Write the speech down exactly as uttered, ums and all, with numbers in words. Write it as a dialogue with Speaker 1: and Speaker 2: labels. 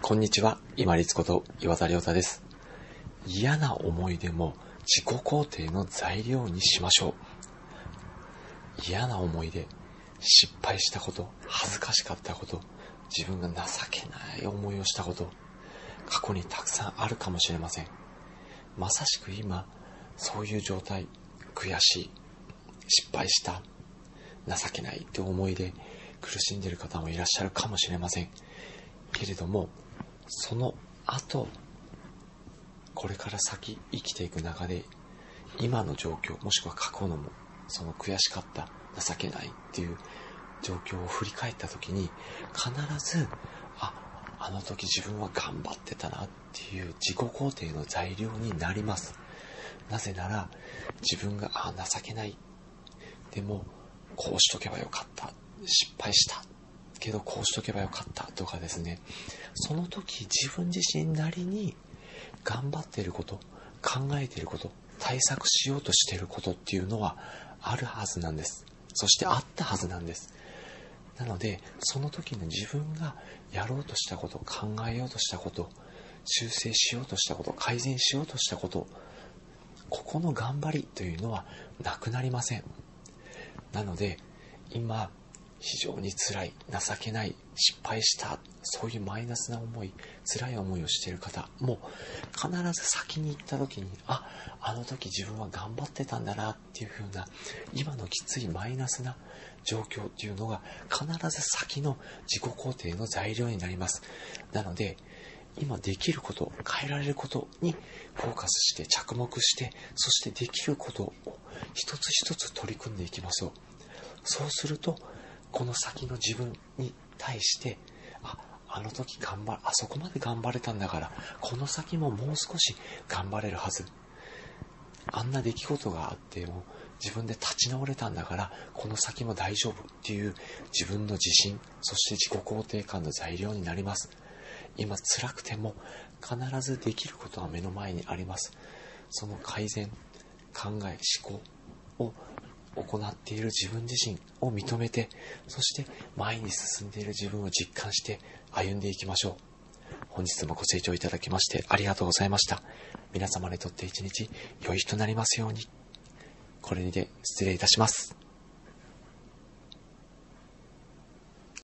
Speaker 1: こんにちは、今立こと岩田亮太です。嫌な思い出も自己肯定の材料にしましょう。嫌な思い出、失敗したこと、恥ずかしかったこと、自分が情けない思いをしたこと、過去にたくさんあるかもしれません。まさしく今、そういう状態、悔しい、失敗した、情けないって思いで苦しんでいる方もいらっしゃるかもしれません。けれども、その後、これから先生きていく中で、今の状況、もしくは過去のも、その悔しかった、情けないっていう状況を振り返った時に、必ず、あ、あの時自分は頑張ってたなっていう自己肯定の材料になります。なぜなら、自分が、あ、情けない。でも、こうしとけばよかった。失敗した。けどこうしとけばよかったとかですね、その時自分自身なりに頑張っていること、考えていること、対策しようとしていることっていうのはあるはずなんです。そしてあったはずなんです。なので、その時の自分がやろうとしたこと、考えようとしたこと、修正しようとしたこと、改善しようとしたこと、ここの頑張りというのはなくなりません。なので、今非常に辛い、情けない、失敗した、そういうマイナスな思い、辛い思いをしている方も必ず先に行った時に、あ、あの時自分は頑張ってたんだなっていう風な、今のきついマイナスな状況っていうのが必ず先の自己肯定の材料になります。なので、今できること、変えられることにフォーカスして着目して、そしてできることを一つ一つ取り組んでいきましょう。そうすると、この先の自分に対して、あ、あの時頑張る、あそこまで頑張れたんだから、この先ももう少し頑張れるはず。あんな出来事があっても自分で立ち直れたんだから、この先も大丈夫っていう自分の自信、そして自己肯定感の材料になります。今辛くても必ずできることは目の前にあります。その改善、考え、思考を行っている自分自身を認めて、そして前に進んでいる自分を実感して歩んでいきましょう。本日もご清聴いただきましてありがとうございました。皆様にとって一日良い日となりますように。これにて失礼いたします。